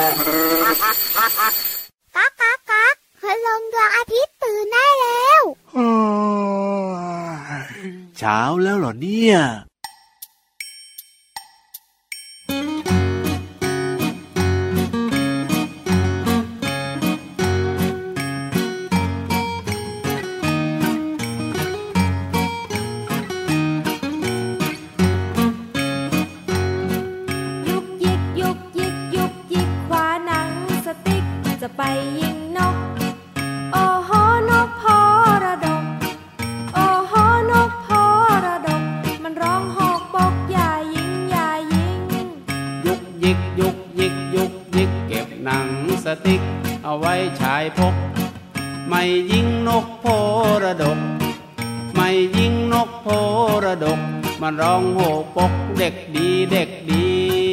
ก๊ากก๊ากก๊ากคืลงดวงอาทิตย์ตื่นได้แล้วเช้าแล้วเหรอเนี่ยไปยิงนกโอ้โหนกพอระดกโอ้โหนกพอระดกมันร้องหอกบกอย่ายิงอย่ายิงยุกยิกยุกยิกยุกยิกเก็บหนังสติ๊กเอาไว้ฉายพกไม่ยิงนกพอระดกไม่ยิงนกพอระดกมันร้องหอกบกเด็กดีเด็กดี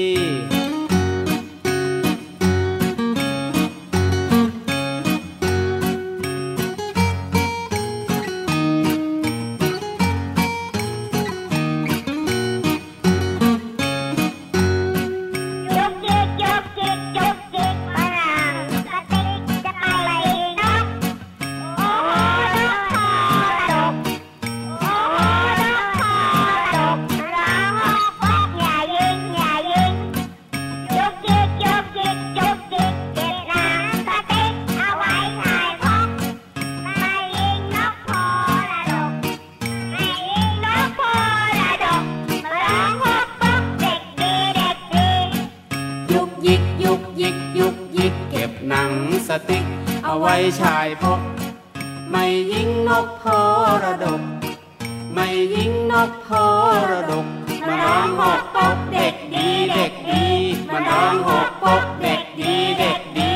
เอาไว้ชายพกไม่ยิงนกพอระดกไม่ยิงนกพอระดกมันร้องหกปกเด็กดีเด็กดีมันร้องหกปกเด็กดีเด็กดี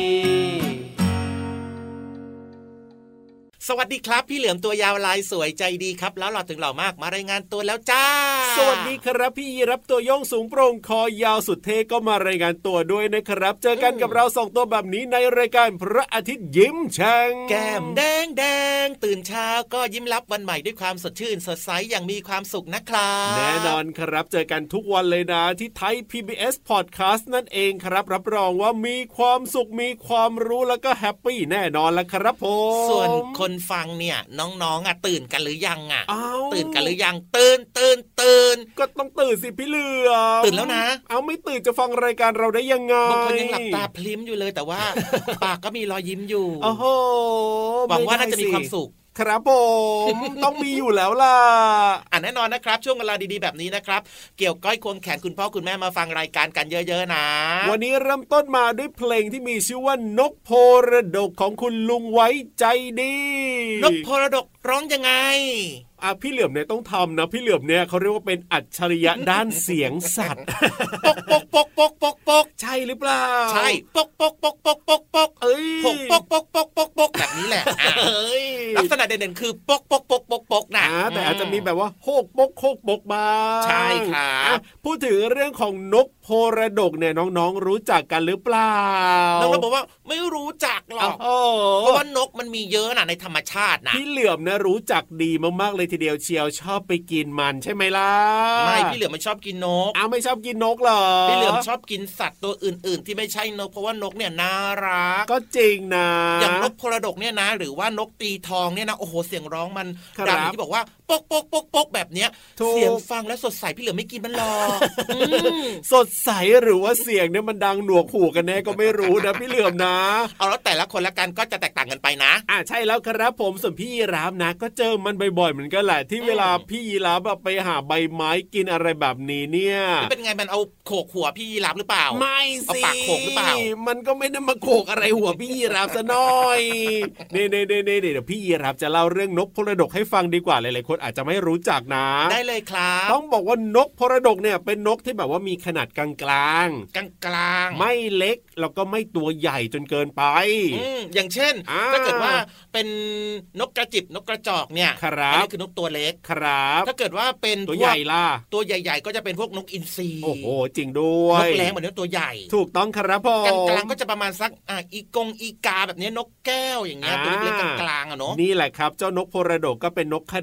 สวัสดีครับพี่เหลือมตัวยาวลายสวยใจดีครับแล้วหล่อถึงหล่อมากมารายงานตัวแล้วจ้าสวัสดีครับพี่รับตัวโยงสูงโปร่งคอยาวสุดเท่ก็มารายงานตัวด้วยนะครับเจอกันกับเราสองตัวแบบนี้ในรายการพระอาทิตย์ยิ้มแฉ่งแก้มแดงแดงตื่นเช้าก็ยิ้มรับวันใหม่ด้วยความสดชื่นสดใสอย่างมีความสุขนะครับแน่นอนครับเจอกันทุกวันเลยนะที่ไทย PBS Podcast นั่นเองครับรับรองว่ามีความสุขมีความรู้แล้วก็แฮปปี้แน่นอนละครับผมส่วนคนฟังเนี่ยน้องๆตื่นกันหรือยังตื่นกันหรือยังตื่นก็ต้องตื่นสิพี่เหลือมตื่นแล้วนะเอาไม่ตื่นจะฟังรายการเราได้ยังไงบางคนยังหลับตาพลิ้มอยู่เลยแต่ว่า ปากก็มีรอยยิ้มอยู่โอ้โหหวังว่าน่าจะมีความสุขครับผมต้องมีอยู่แล้วล่ะแน่นอนนะครับช่วงเวลาดีๆแบบนี้นะครับเกี่ยวก้อยควงแขนคุณพ่อคุณแม่มาฟังรายการกันเยอะๆนะวันนี้เริ่มต้นมาด้วยเพลงที่มีชื่อว่านกโพระดกของคุณลุงไว้ใจดีนกโพระดกร้องยังไงพี่เหลือมเนี่ยต้องทำนะพี่เหลือมเนี่ยเขาเรียกว่าเป็นอัจฉริยะด้านเสียงสัตว์ปกปกปกปกปกปกใช่หรือเปล่าใช่ปกปกปกปกปกปกปกปกปกปกปกปกแบบนี้แหละลักษณะเด่นๆคือปกปกปกปกปกนะแต่อาจจะมีแบบว่าโฮกปกโฮกปกบ้างใช่ครับพูดถึงเรื่องของนกโพระดกเนี่ยน้องๆรู้จักกันหรือเปล่าน้องๆบอกว่าไม่รู้จักหรอกเพราะว่านกมันมีเยอะนะในธรรมชาตินะพี่เหลือมนะรู้จักดีมากๆเลยทีเดียวเชียวชอบไปกินมันใช่ไหมล่ะไม่พี่เหลือมไม่ชอบกินนกไม่ชอบกินนกหรอพี่เหลือมชอบกินสัตว์ตัวอื่นๆที่ไม่ใช่นกเพราะว่านกเนี่ยน่ารักก็จริงนะอย่างนกโพระดกเนี่ยนะหรือว่านกตีทองเนี่ยนะโอ้โหเสียงร้องมันดังที่บอกว่าปกปกปกปกแบบเนี้ยเสียงฟังแล้วสดใสพี่เหลือมไม่กินมันหรอกสดใสหรือว่าเสียงเนี่ยมันดังหนวกหูกันแน่ก็ไม่รู้นะพี่เหลือมนะเอาแล้วแต่ละคนละกันก็จะแตกต่างกันไปนะใช่แล้วครับผมส่วนพี่ยีราฟนะก็เจอมันบ่อยๆเหมือนกันแหละที่เวลาพี่ยีราฟแบบไปหาใบไม้กินอะไรแบบนี้เนี่ยเป็นไงมันเอาโขกหัวพี่ยีราฟหรือเปล่าไม่สิเอาปากโขกหรือเปล่ามันก็ไม่ได้มาโขกอะไรหัวพี่ยีราฟซะหน่อยเน่ๆๆๆเดี๋ยวพี่ยีราฟจะเล่าเรื่องนกโพระดกให้ฟังดีกว่าหลายๆคนอาจจะไม่รู้จักนะได้เลยครับต้องบอกว่านกโพระดกเนี่ยเป็นนกที่แบบว่ามีขนาดกลางๆไม่เล็กแล้วก็ไม่ตัวใหญ่จนเกินไปอย่างเช่นถ้าเกิดว่าเป็นนกกระจิบนกกระจอกเนี่ยอันนี้คือนกตัวเล็กครับถ้าเกิดว่าเป็นตัวใหญ่ล่ะตัวใหญ่ๆก็จะเป็นพวกนกอินทรีโอ้โหจริงด้วยนกแร้เหมือนนกตัวใหญ่ถูกต้องครับพ่อกลางๆก็จะประมาณสักอีกาแบบนี้นกแก้วอย่างเงี้ยตัวเล็กๆกลางๆเนาะนี่แหละครับเจ้านกโพระดกก็เป็นนกขนาดกล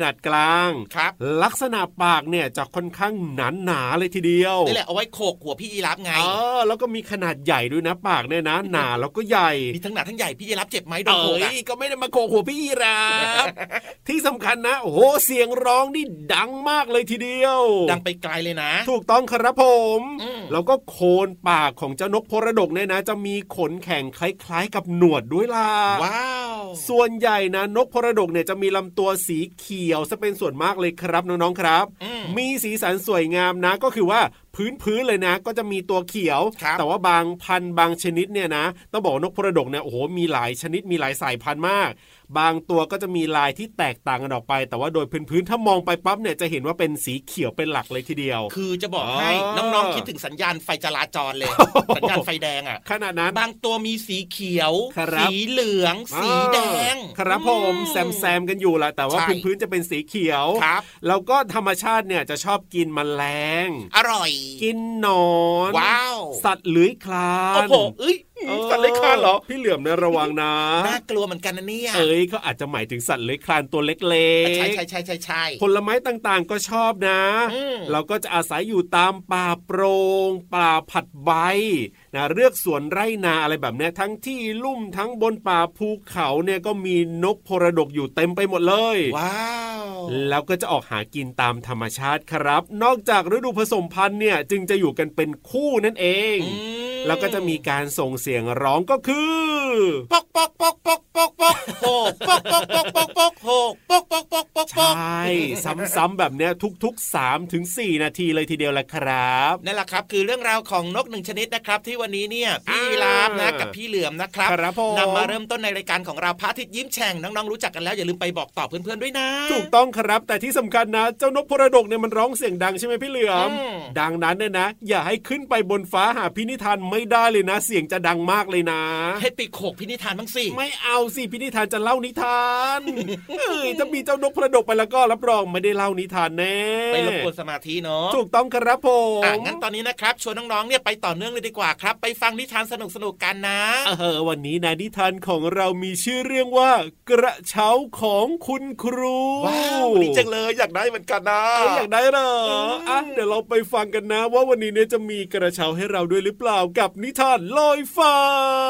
างลักษณะปากเนี่ยจะค่อนข้างหนาเลยทีเดียวนี่แหละเอาไว้โขกหัวพี่ยีราฟไงแล้วก็มีขนาดใหญ่ด้วยนะปากเนี่ยนะหนาแล้วก็ใหญ่มีทั้งหนาทั้งใหญ่พี่ยีราฟเจ็บไหมโดนโขกก็ไม่ได้มาโขกหัวพี่ยีราฟ ที่สำคัญนะโอ้โหเสียงร้องนี่ดังมากเลยทีเดียวดังไปไกลเลยนะถูกต้องครับผมแล้วก็โคนปากของเจ้านกพรดกเนี่ยนะจะมีขนแข็งคล้ายๆกับหนวดด้วยล่ะว้าวส่วนใหญ่นะนกพรดกเนี่ยจะมีลำตัวสีเขียวซะเป็นส่วนมากเลยครับน้องๆครับมีสีสันสวยงามนะก็คือว่าพื้นเลยนะก็จะมีตัวเขียวแต่ว่าบางพันธุ์บางชนิดเนี่ยนะต้องบอกนกพรดกเนี่ยโอ้โหมีหลายชนิดมีหลายสายพันธุ์มากบางตัวก็จะมีลายที่แตกต่างกันออกไปแต่ว่าโดยพื้นถ้ามองไปปั๊บเนี่ยจะเห็นว่าเป็นสีเขียวเป็นหลักเลยทีเดียวคือจะบอกให้น้องๆคิดถึงสัญญาณไฟจราจรเลยสัญญาณไฟแดงอ่ะขนาดนั้นบางตัวมีสีเขียวสีเหลืองสีแดงครับผมแซมกันอยู่ละแต่ว่าพื้นจะเป็นสีเขียวแล้วก็ธรรมชาติเนี่ยจะชอบกินแมลงอร่อยกินหนอนว้าวสัตว์เลื้อยคลานโอ้โหสัตว์เลื้อยคลานเหรอพี่เหลือมเนี่ยระวังนะน่ากลัวเหมือนกันนะเนี่ยเขาอาจจะหมายถึงสัตว์เลื้อยคลานตัวเล็กๆใช่ผลไม้ต่างๆก็ชอบนะเราก็จะอาศัยอยู่ตามป่าโปร่งป่าผัดใบนะเลือกสวนไร่นาอะไรแบบนี้ทั้งที่ลุ่มทั้งบนป่าภูเขาเนี่ยก็มีนกพรดกอยู่เต็มไปหมดเลยว้าวแล้วก็จะออกหากินตามธรรมชาติครับนอกจากฤดูผสมพันธุ์เนี่ยจึงจะอยู่กันเป็นคู่นั่นเองแล้วก็จะมีการส่งเสียงร้องก็คือปอกปอกปอกปอกปอกปอกโหปอกปอกปอกปอกปอกโหปอกปอกปอกปอกใช่ซ้ำๆแบบเนี้ยทุกๆ 3-4 นาทีเลยทีเดียวแหละครับนั่นแหละครับคือเรื่องราวของนกหนึ่งชนิดนะครับที่วันนี้เนี่ยพี่ลาบนะกับพี่เหลือมนะครับนำมาเริ่มต้นในรายการของเราพระอาทิตย์ยิ้มแฉ่งน้องๆรู้จักกันแล้วอย่าลืมไปบอกต่อเพื่อนๆด้วยนะถูกต้องครับแต่ที่สำคัญนะเจ้านกพรดกเนี่ยมันร้องเสียงดังใช่ไหมพี่เหลือมดังนั้นเนี่ยนะอย่าให้ขึ้นไปบนฟ้าหาพินิธานไม่ได้เลยนะเสียงจะดังมากเลยนะให้ไปโขกพินิธานบ้างสิไม่เอาสิพินิธานจะเล่านิทานถ้ามีเจ้านกพรดกไปแล้วก็รับรองไม่ได้เล่านิทานแน่ไปรบกวนสมาธิเนาะถูกต้องครับผมงั้นตอนนี้นะครับชวนน้องๆเนี่ยไปต่อเนื่องเลยดีกว่าครับไปฟังนิทานสนุกๆกันนะวันนี้นะนิทานของเรามีชื่อเรื่องว่ากระเช้าของคุณครูว้าวดีจังเลยอยากได้เหมือนกันนะอยากได้เหรอเดี๋ยวเราไปฟังกันนะว่าวันนี้เนี่ยจะมีกระเช้าให้เราด้วยหรือเปล่ากับนิทานลอยฟ้า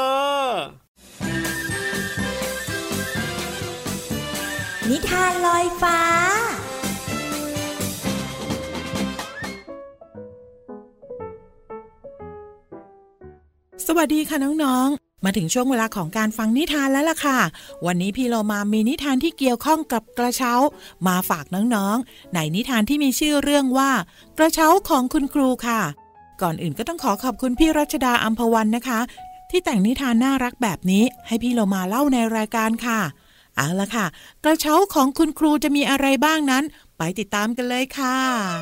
นิทานลอยฟ้าสวัสดีค่ะน้องๆมาถึงช่วงเวลาของการฟังนิทานแล้วล่ะค่ะวันนี้พี่โลมามีนิทานที่เกี่ยวข้องกับกระเช้ามาฝากน้องๆในนิทานที่มีชื่อเรื่องว่ากระเช้าของคุณครูค่ะก่อนอื่นก็ต้องขอบคุณพี่รัชดาอัมพวันนะคะที่แต่งนิทานน่ารักแบบนี้ให้พี่โลมาเล่าในรายการค่ะเอาล่ะค่ะกระเช้าของคุณครูจะมีอะไรบ้างนั้นไปติดตามกันเลยค่ะ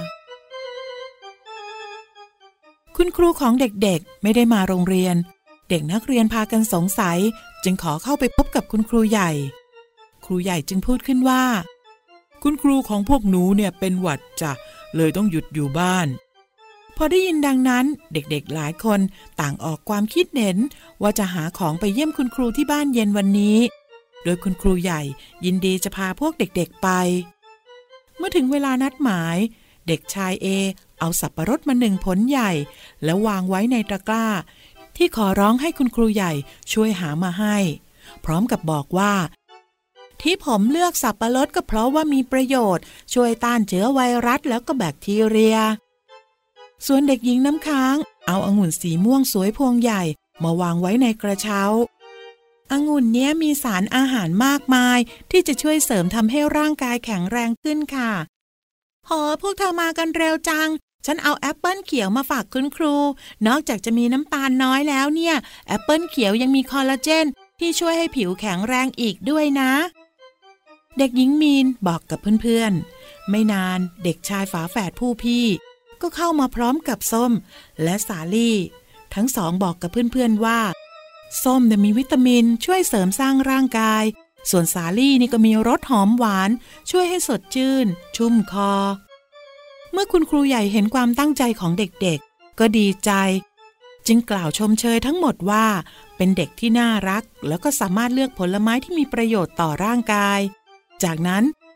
คุณครูของเด็กๆไม่ได้มาโรงเรียนเด็กนักเรียนพากันสงสัยจึงขอเข้าไปพบกับคุณครูใหญ่ครูใหญ่จึงพูดขึ้นว่าคุณครูของพวกหนูเนี่ยเป็นหวัดจ้ะเลยต้องหยุดอยู่บ้านพอได้ยินดังนั้นเด็กๆหลายคนต่างออกความคิดเห็นว่าจะหาของไปเยี่ยมคุณครูที่บ้านเย็นวันนี้โดยคุณครูใหญ่ยินดีจะพาพวกเด็กๆไปเมื่อถึงเวลานัดหมายเด็กชายเอเอาสับปะรดมา1 ผลใหญ่แล้ววางไว้ในตะกร้าที่ขอร้องให้คุณครูใหญ่ช่วยหามาให้พร้อมกับบอกว่าที่ผมเลือกสับปะรดก็เพราะว่ามีประโยชน์ช่วยต้านเชื้อไวรัสแล้วก็แบคทีเรียส่วนเด็กหญิงน้ำค้างเอาองุ่นสีม่วงสวยพวงใหญ่มาวางไว้ในกระเช้าองุ่นเนี้ยมีสารอาหารมากมายที่จะช่วยเสริมทำให้ร่างกายแข็งแรงขึ้นค่ะโหพวกเธอมากันเร็วจังฉันเอาแอปเปิ้ลเขียวมาฝากคุณครูนอกจากจะมีน้ำตาลน้อยแล้วเนี่ยแอปเปิ้ลเขียวยังมีคอลลาเจนที่ช่วยให้ผิวแข็งแรงอีกด้วยนะเด็กหญิงมีนบอกกับเพื่อนๆไม่นานเด็กชายฝาแฝดผู้พี่ก็เข้ามาพร้อมกับส้มและสาลี่ทั้งสองบอกกับเพื่อนๆว่าส้มมีวิตามินช่วยเสริมสร้างร่างกายส่วนสาลี่นี่ก็มีรสหอมหวานช่วยให้สดชื่นชุ่มคอเมื่อคุณครูใหญ่เห็นความตั้งใจของเด็กๆก็ดีใจจึงกล่าวชมเชยทั้งหมดว่าเป็นเด็กที่น่ารักแล้วก็สามารถเลือกผลไม้ที่มีประโยชน์ต่อร่างกายจากนั้น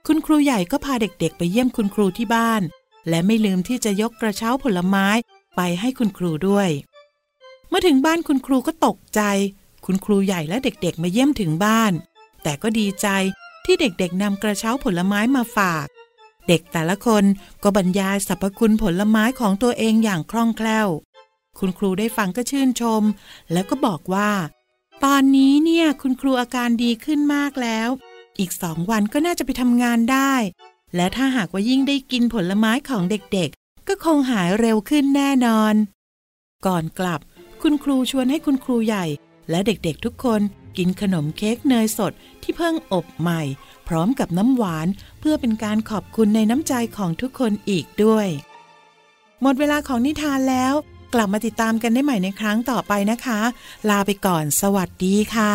คุณครูใหญ่ก็พาเด็กๆไปเยี่ยมคุณครูที่บ้านและไม่ลืมที่จะยกกระเช้าผลไม้ไปให้คุณครูด้วยเมื่อถึงบ้านคุณครูก็ตกใจคุณครูใหญ่และเด็กๆมาเยี่ยมถึงบ้านแต่ก็ดีใจที่เด็กๆนำกระเช้าผลไม้มาฝากเด็กแต่ละคนก็บรรยายสรรพคุณผลไม้ของตัวเองอย่างคล่องแคล่วคุณครูได้ฟังก็ชื่นชมแล้วก็บอกว่าตอนนี้เนี่ยคุณครูอาการดีขึ้นมากแล้วอีก2 วันก็น่าจะไปทำงานได้และถ้าหากว่ายิ่งได้กินผลไม้ของเด็กๆก็คงหายเร็วขึ้นแน่นอนก่อนกลับคุณครูชวนให้คุณครูใหญ่และเด็กๆทุกคนกินขนมเค้กเนยสดที่เพิ่งอบใหม่พร้อมกับน้ำหวานเพื่อเป็นการขอบคุณในน้ำใจของทุกคนอีกด้วยหมดเวลาของนิทานแล้วกลับมาติดตามกันได้ใหม่ในครั้งต่อไปนะคะลาไปก่อนสวัสดีค่ะ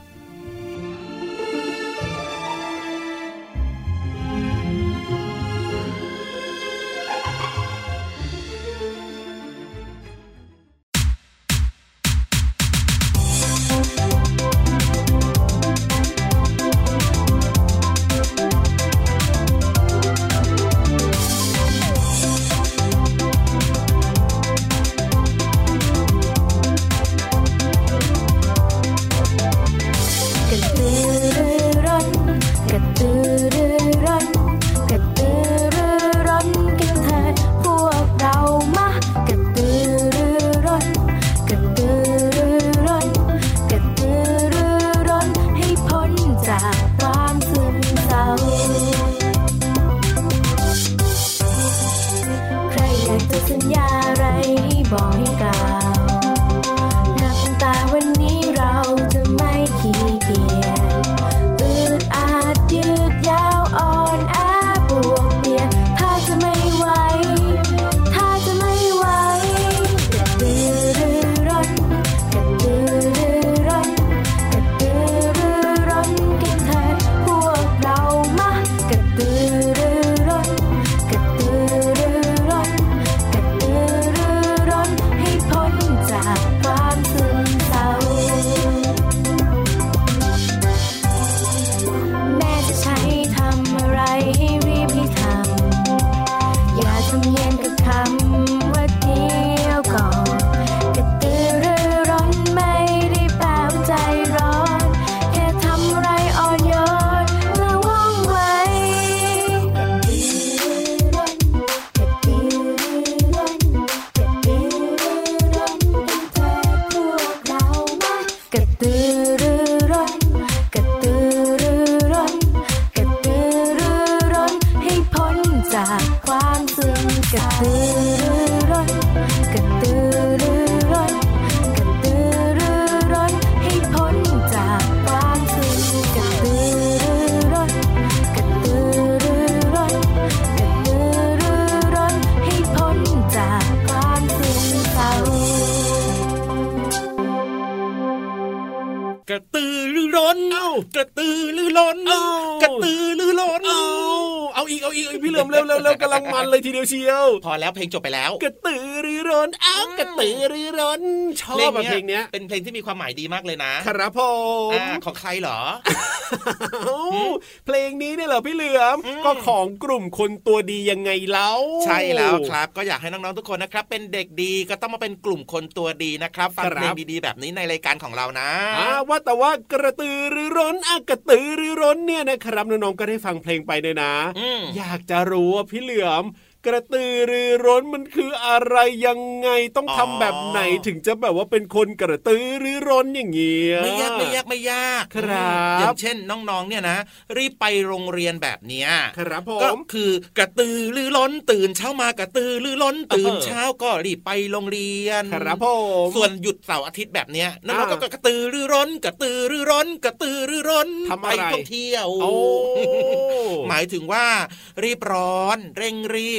กระตือรือร้นกระตือรือร้นกระตือรือร้นเอาอีกพี่เหลือมเร็วกำลังมันเลยทีเดียวเชียวพอแล้วเพลงจบไปแล้วกระตือรือร้นกระตือรือร้นชอบเพลงนี้เป็นเพลงที่มีความหมายดีมากเลยนะครับผมของใครเหรอเพลงนี้เนี่ยเหรอพี่เหลือมก็ของกลุ่มคนตัวดียังไงเล่าใช่แล้วครับก็อยากให้น้องๆทุกคนนะครับเป็นเด็กดีก็ต้องมาเป็นกลุ่มคนตัวดีนะครับฟังเพลงดีๆแบบนี้ในรายการของเรานะว่าแต่ว่ากระตือรือร้นกระตือรือร้นเนี่ยนะครับน้องๆก็ได้ฟังเพลงไปเนี่ยนะอยากจะรู้ว่าพี่เหลือมกระตือรือร้นมันคืออะไรยังไงต้องทำแบบไหนถึงจะแบบว่าเป็นคนกระตือรือร้นอย่างเงี้ยไม่ยากครับอย่างเช่นน้องๆเนี่ยนะรีบไปโรงเรียนแบบเนี้ยครับผมก็คือกระตือรือร้นตื่นเช้ามากระตือรือร้นตื่นเช้าก็รีบไปโรงเรียนครับผมส่วนหยุดเสาร์อาทิตย์แบบเนี้ยน้องๆก็กระตือรือร้นกระตือรือร้นกระตือรือร้นทำไปท่องเที่ยวหมายถึงว่ารีบร้อนเร่งรีบ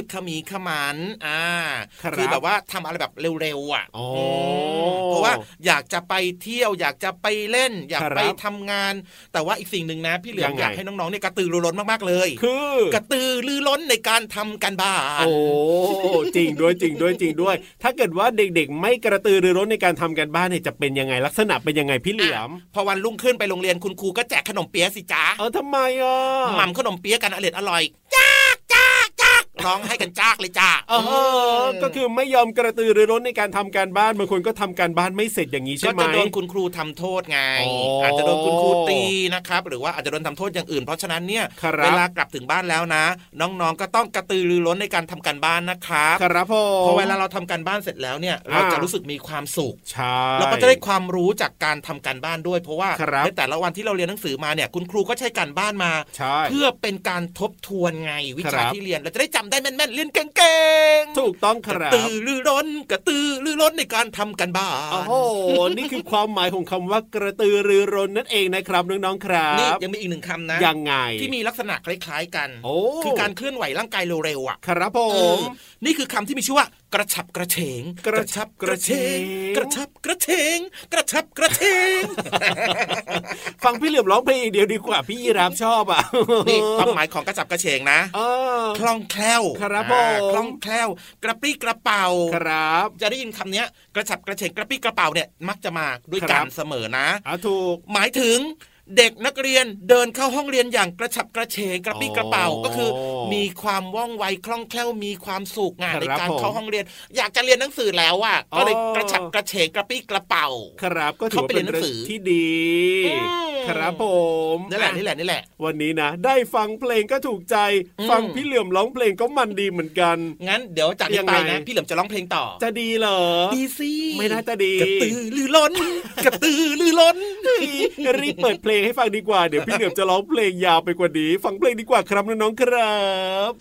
ขมีขมันคือแบบว่าทำอะไรแบบเร็วๆอ่ะเพราะว่าอยากจะไปเที่ยวอยากจะไปเล่นอยากไปทำงานแต่ว่าอีกสิ่งหนึ่งนะพี่เหลือมอยากให้น้องๆเนี่ยกระตือรือร้นมากๆเลยคือกระตือรือร้นในการทำการบ้านจริงด้วยจริงด้วยถ้าเกิดว่าเด็กๆไม่กระตือรือร้นในการทำการบ้านเนี่ยจะเป็นยังไงลักษณะเป็นยังไงพี่เหลือมพอวันรุ่งขึ้นไปโรงเรียนคุณครูก็แจกขนมเปี๊ยะสิจ๊ะทำไมอ่ะหม่ำขนมเปี๊ยะกันอร่อยร้องให้กันจากเลยจ้าก็คือไม่ยอมกระตือรือร้นในการทำการบ้านบางคนก็ทำการบ้านไม่เสร็จอย่างนี้ใช่ไหมก็จะโดนคุณครูทำโทษไงอาจจะโดนคุณครูตีนะครับหรือว่าอาจจะโดนทำโทษอย่างอื่นเพราะฉะนั้นเนี่ยเวลากลับถึงบ้านแล้วนะน้องๆก็ต้องกระตือรือร้นในการทำการบ้านนะครับครับผมพอเวลาเราทำการบ้านเสร็จแล้วเนี่ยเราจะรู้สึกมีความสุขใช่เราก็จะได้ความรู้จากการทำการบ้านด้วยเพราะว่าในแต่ละวันที่เราเรียนหนังสือมาเนี่ยคุณครูก็ใช้การบ้านมาเพื่อเป็นการทบทวนไงวิชาที่เรียนเราจะได้จำได้แม่นๆเรียนเก่งถูกต้องครับกระตือรือร้นในการทำกันบ้านโอ้โหนี่คือความหมายของคำว่ากระตือรือร้นนั่นเองนะครับน้องๆครับนี่ยังมีอีกหนึ่งคำนะยังไงที่มีลักษณะคล้ายๆกันคือการเคลื่อนไหวร่างกายเร็วๆอ่ะครับผมนี่คือคำที่มีชื่อว่ากระฉับกระเฉงกระฉับกระเฉงกระฉับกระเฉงกระฉับกระเฉงฟังพี่เหลือมร้องเพลงเดียวดีกว่าพี่ยีราฟชอบอ่ะนี่ความหมายของกระฉับกระเฉงนะคล่องแคล่วครับผมคล่องแคล่วกระปรี้กระเป๋าครับจะได้ยินคำนี้กระฉับกระเฉงกระปรี้กระเป๋าเนี่ยมักจะมาด้วยกันเสมอนะถูกหมายถึงเด็กนักเรียนเดินเข้าห้องเรียนอย่างกระฉับกระเฉงกระปรี้กระเป๋าก็คือมีความว่องไวคล่องแคล่วมีความสุขในการเข้าห้องเรียนอยากจะเรียนหนังสือแล้วอ่ะก็เลยกระฉับกระเฉงกระปรี้กระเป๋าครับก็ถือเป็นหนังสือที่ดีครับผมนี่แหละวันนี้นะได้ฟังเพลงก็ถูกใจฟังพี่เหลือมร้องเพลงก็มันดีเหมือนกันงั้นเดี๋ยวจากนี้ไปนะพี่เหลือมจะร้องเพลงต่อจะดีเหรอดีสิไม่น่าจะดีกระตือรือร้นกระตือรือร้นรีบเปิดเพลงให้ฟังดีกว่าเดี๋ยวพี่เหลือมจะร้องเพลงยาวไปกว่านี้ฟังเพลงดีกว่าครับน้องๆครับ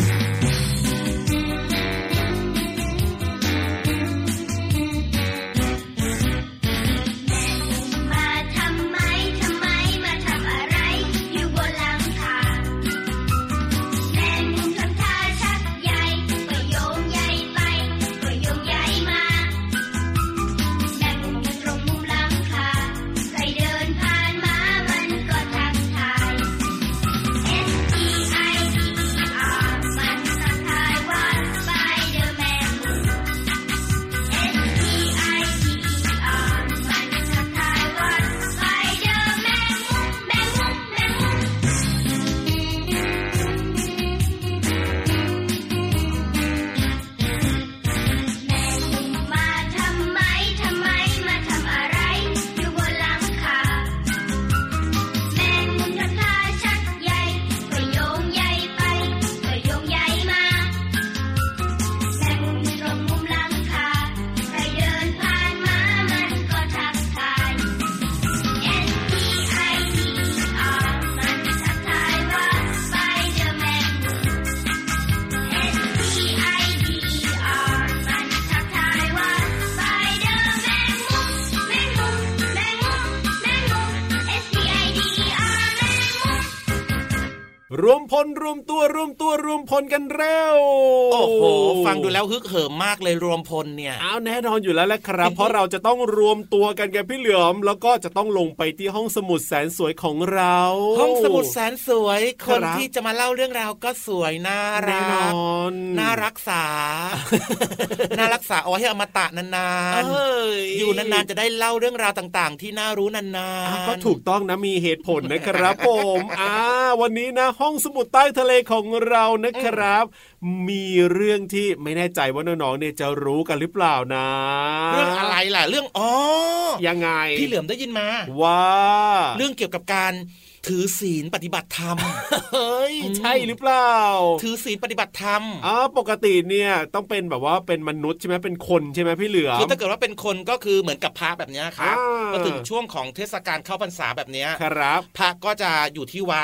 รวมพลรวมพลกันเร็วโอ้โหฟังดูแล้วฮึกเหิมมากเลยรวมพลเนี่ยแน่นอนอยู่แล้วแหละครับ เพราะเราจะต้องรวมตัวกันกับพี่เหลือมแล้วก็จะต้องลงไปที่ห้องสมุดแสนสวยของเราห้องสมุดแสนสวยคนที่จะมาเล่าเรื่องราวก็สวยน่ารักน่ารักษาเอาไว้ให้อมตะนานๆอยู่นานๆจะได้เล่าเรื่องราวต่างๆที่น่ารู้นานๆก็ถูกต้องนะมีเหตุผลนะครับผมวันนี้นะห้องสมุดใต้ทะเลของเรานะครับมีเรื่องที่ไม่แน่ใจว่าน้องๆเนี่ยจะรู้กันหรือเปล่านะเรื่องอะไรล่ะเรื่องยังไงพี่เหลือมได้ยินมาว่าเรื่องเกี่ยวกับการถือศีลปฏิบัติธรรมเฮ้ยใช่หรือเปล่าถือศีลปฏิบัติธรรมปกติเนี่ยต้องเป็นแบบว่าเป็นมนุษย์ใช่ไหมเป็นคนใช่ไหมพี่เหลือมคือถ้าเกิดว่าเป็นคนก็คือเหมือนกับพระแบบนี้ครับก็ถึงช่วงของเทศกาลเข้าพรรษาแบบนี้ครับพระก็จะอยู่ที่วัด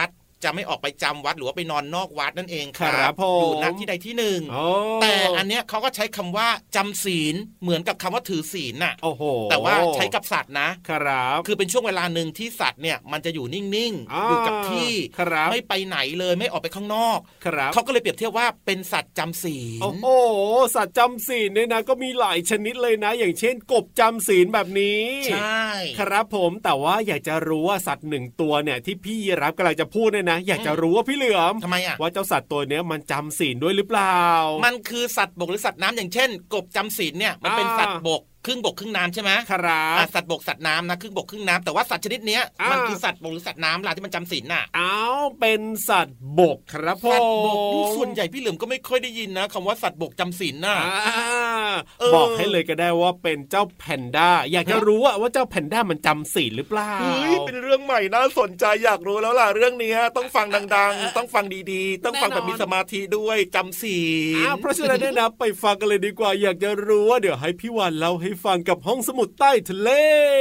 จะไม่ออกไปจำวัดหรือว่าไปนอนนอกวัดนั่นเองครับอยู่ณที่ใดที่หนึ่งแต่อันเนี้ยเขาก็ใช้คำว่าจำศีลเหมือนกับคำว่าถือศีลน่ะแต่ว่าใช้กับสัตว์นะครับคือเป็นช่วงเวลาหนึ่งที่สัตว์เนี่ยมันจะอยู่นิ่งๆอยู่กับที่ไม่ไปไหนเลยไม่ออกไปข้างนอกเขาก็เลยเปรียบเทียบว่าเป็นสัตว์จำศีลโอ้โหสัตว์จำศีลเนี่ยนะก็มีหลายชนิดเลยนะอย่างเช่นกบจำศีลแบบนี้ใช่ครับผมแต่ว่าอยากจะรู้ว่าสัตว์หนึ่งตัวเนี่ยที่พี่รับกำลังจะพูดเนี่ยนะอยากจะรู้ว่าพี่เหลือมทำไมอ่ะว่าเจ้าสัตว์ตัวเนี้ยมันจำศีลด้วยหรือเปล่ามันคือสัตว์บกหรือสัตว์น้ำอย่างเช่นกบจำศีลเนี่ยมันเป็นสัตว์บกครึ่งบกครึ่งน้ำใช่ไหมครับสัตว์บกสัตว์น้ำนะครึ่งบกครึ่งน้ำแต่ว่าสัตว์ชนิดเนี้ยมันคือสัตว์บกหรือสัตว์น้ำล่ะที่มันจำศีลน่ะอ้าวเป็นสัตว์บกครับผมสัตว์บกส่วนใหญ่พี่เหลือมก็ไม่ค่อยได้ยินนะคำว่าสัตว์บกจำศีลน่ะบอกให้เลยก็ได้ว่าเป็นเจ้าแพนด้าอยากจะรู้ว่าเจ้าแพนด้ามันจำศีลหรือเปล่าเป็นเรื่องใหม่น่าสนใจอยากรู้แล้วล่ะเรื่องนี้ต้องฟังดังๆต้องฟังดีๆต้องฟังแบบมีสมาธิด้วยจำศีลเพราะฉะนั้นเนี่ยนะไปฟังกันเลยดีกว่าอยากจะรู้ว่าเดี๋ยวให้พี่วานเล่าให้ฟังกับห้องสมุดใต้ทะเล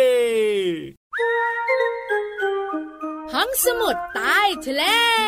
ห้องสมุดใต้ทะเล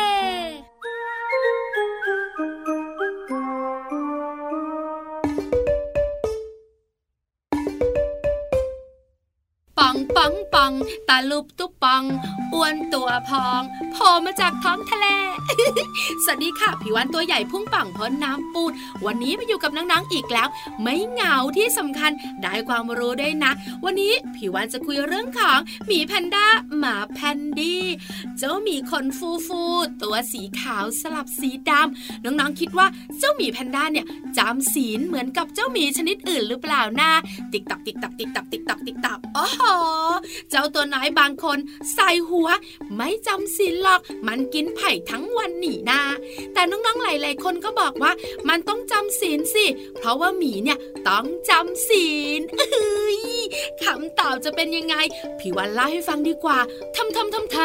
ปังปังปังตาลุบตุ๊บปังอ้วนตัวพองโผล่มาจากท้องทะเล สวัสดีค่ะพี่วันตัวใหญ่พุ่งปังพ้นน้ำปูดวันนี้มาอยู่กับน้องๆอีกแล้วไม่เหงาที่สำคัญได้ความรู้ด้วยนะวันนี้พี่วันจะคุยเรื่องของหมีแพนด้าหมาแพนดี้เจ้าหมีขนฟูตัวสีขาวสลับสีดำน้องๆคิดว่าเจ้าหมีแพนด้าเนี่ยจำศีลเหมือนกับเจ้าหมีชนิดอื่นหรือเปล่านะติ๊กตักติ๊กตักติ๊กตักติ๊กตักติ๊กตักอ๋อเจ้าตัวน้อยบางคนใส่หัวไม่จำศีลหรอกมันกินไผ่ทั้งวันหนีนาแต่น้องๆหลายๆคนก็บอกว่ามันต้องจำศีลสิเพราะว่าหมีเนี่ยต้องจำศีลคำตอบจะเป็นยังไงพี่วันเล่าให้ฟังดีกว่าทำ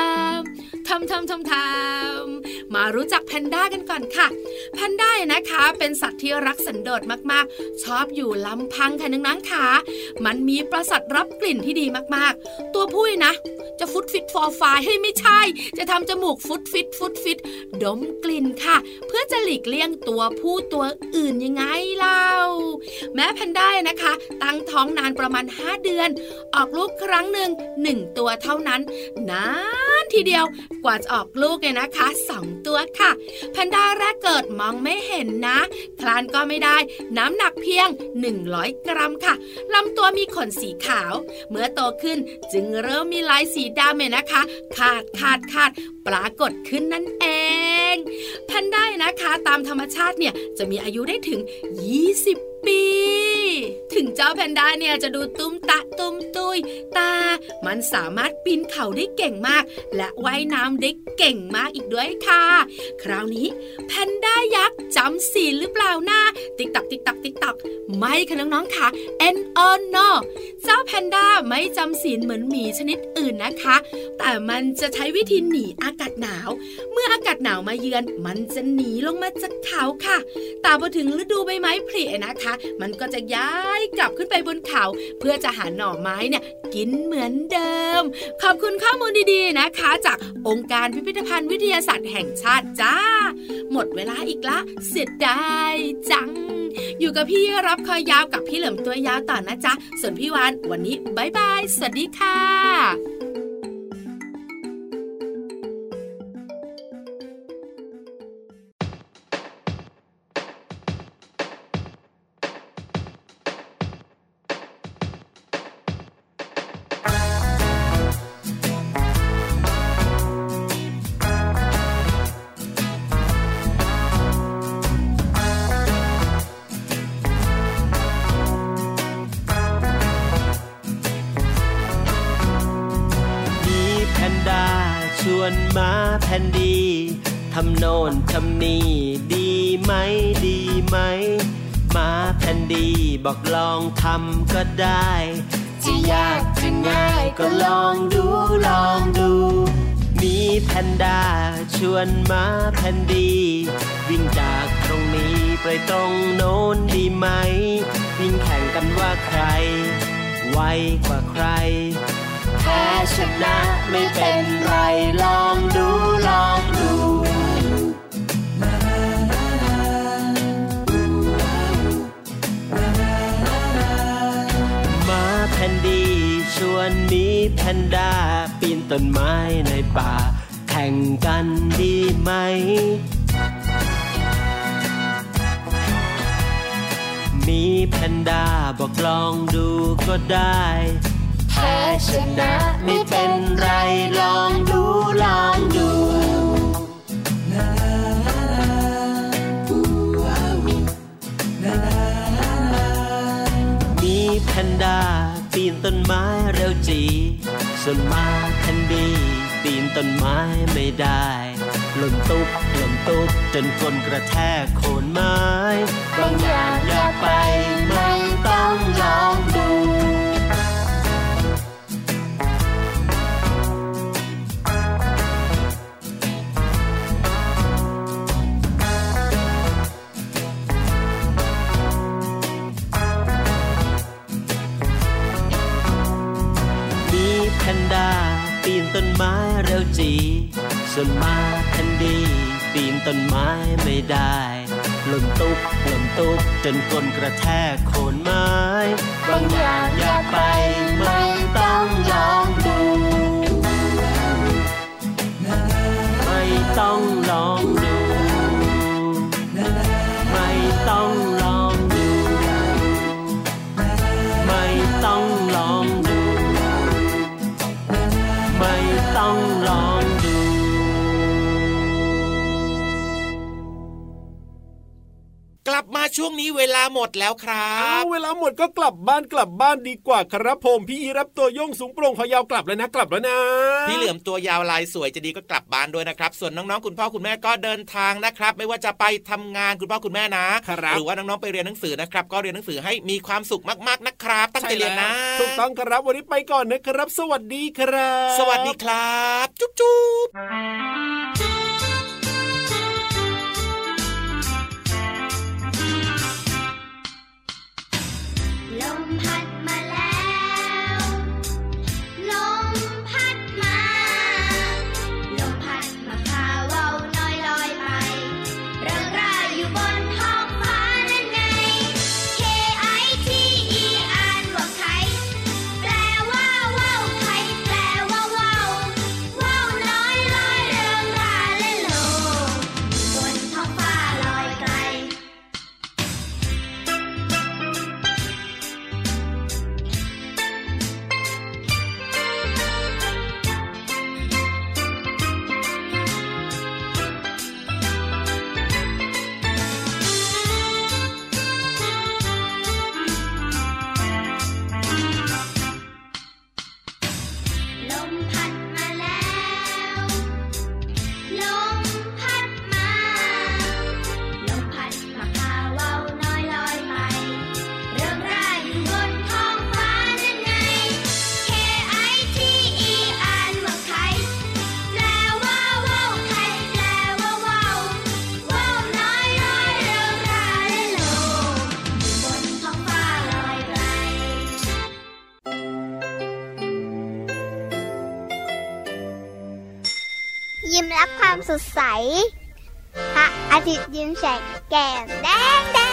มารู้จักแพนด้ากันก่อนค่ะแพนด้านะคะเป็นสัตว์ที่รักสันโดษมากๆชอบอยู่ลำพังค่ะน้องๆค่ะมันมีประสาทรับกลิ่นที่ดีมากๆตัวผู้นะจะฟุตฟิตฟอร์ไฟให้ไม่ใช่จะทำจมูกฟุตฟิตดมกลิ่นค่ะเพื่อจะหลีกเลี่ยงตัวผู้ตัวอื่นยังไงเล่าแม่แพนด้านะคะตั้งท้องนานประมาณ5เดือนออกลูกครั้งหนึ่ง1ตัวเท่านั้นนานทีเดียวกว่าจะออกลูกเนี่ยนะคะ2ตัวค่ะแพนด้าแรกเกิดมองไม่เห็นนะคลานก็ไม่ได้น้ำหนักเพียง100 กรัมค่ะลำตัวมีขนสีขาวเมื่อโตขึ้นจึงเริ่มมีลายสีดำเนี่ยนะคะขาดปรากฏขึ้นนั่นเองแพนด้านะคะตามธรรมชาติเนี่ยจะมีอายุได้ถึง20 ปีถึงเจ้าแพนด้าเนี่ยจะดูตุ้มตะตุ้มตุยแต่มันสามารถปีนเขาได้เก่งมากและว่ายน้ำได้เก่งมากอีกด้วยค่ะคราวนี้แพนด้ายักษ์จำศีลหรือเปล่านะติ๊กตักไม่ค่ะน้องๆค่ะ no เจ้าแพนด้าไม่จำศีลเหมือนหมีชนิดอื่นนะคะแต่มันจะใช้วิธีหนีอากาศหนาวเมื่ออากาศหนาวมาเยือนมันจะหนีลงมาจากเขาค่ะแต่พอถึงฤดูใบไม้ผลินะคะมันก็จะย้ายกลับขึ้นไปบนเขาเพื่อจะหาหน่อไม้เนี่ยกินเหมือนเดิมขอบคุณข้อมูลดีๆนะคะจากองค์การพิพิธภัณฑ์วิทยาศาสตร์แห่งชาติจ้าหมดเวลาอีกละเสียดายจังอยู่กับพี่รับคอยยาวกับพี่เหลิมตัวยาวต่อนะจ๊ะส่วนพี่วานวันนี้บ๊ายบายสวัสดีค่ะม้าแพนดีทำโน่นทำนี่ดีไหมม้าแพนดีบอกลองทำก็ได้จะยากจะง่ายก็ลองดูมีแพนด้าชวนม้าแพนดีวิ่งจากตรงนี้ไปตรงโน้นดีไหมวิ่งแข่งกันว่าใครไวกว่าใครแพ้ชนะไม่เป็นไรลองดูวนหมีแพนด้าปีนต้นไม้ในป่าแข่งกันดีไหมหมีแพนด้าบอกลองดูก็ได้แพ้ชนะไม่เป็นไรลองดูลองดูหมีแพนด้าปีนต้นไม้เร็วจีส่วนม้าแคนดี้ปีนต้นไม้ไม่ได้หล่นตุ๊บจนก้นกระแทกโคนไม้บางอย่างอยากไปไม่ต้องลองดูแพนด้าปีนต้นไม้เร็วจีส่วนม้าแคนดี้ปีนต้นไม้ไม่ได้หล่นตุ๊บจนก้นกระแทกโคนไม้บางอย่างอยากไปไม่ต้องลองดูไม่ต้องลองดูไม่ต้องลองดูไม่ต้องลองดูไม่ต้องลองดูกลับมาช่วงนี้เวลาหมดแล้วครับเวลาหมดก็กลับบ้านดีกว่าครับผมพี่ยีรับตัวโยงสูงโปร่งขอยาวกลับแล้วนะพี่เหลือมตัวยาวลายสวยจะดีก็กลับบ้านด้วยนะครับส่วนน้องๆคุณพ่อคุณแม่ก็เดินทางนะครับไม่ว่าจะไปทำงานคุณพ่อคุณแม่นะหรือว่าน้องๆไปเรียนหนังสือนะครับก็เรียนหนังสือให้มีความสุขมากๆนะครับตั้งใจเรียนนะถูกต้องครับวันนี้ไปก่อนนะครับสวัสดีครับสวัสดีครับจุ๊บลมพัดมาแล้วลมพัดมาลมพัดมาพาว่าวน้อยลอยไปเรื่องราวอยู่บนท้องฟ้านั่นไง K-I-T-E อ่านว่าไข่แปลว่าว่าวไข่แปลว่าว่าวว่าวน้อยลอยเรื่องราวเล่นโลบนท้องฟ้าลอยไกลลมพัดมาแล้วลมพัดมาลมพัดมาพาว่าวน้อยลอยไปเรื่องราวอยู่บนท้องฟ้านั่นไง K-I-T-E อ่านว่าไข่แปลว่าว่าวไข่แปลว่าว่าวว่าวน้อยลอยเรื่องราวเล่นโลอยู่บนท้องฟ้าลอยไกลยิ้มรับความสดใสพระอาทิตย์ยิ้มแฉกแก้มแดง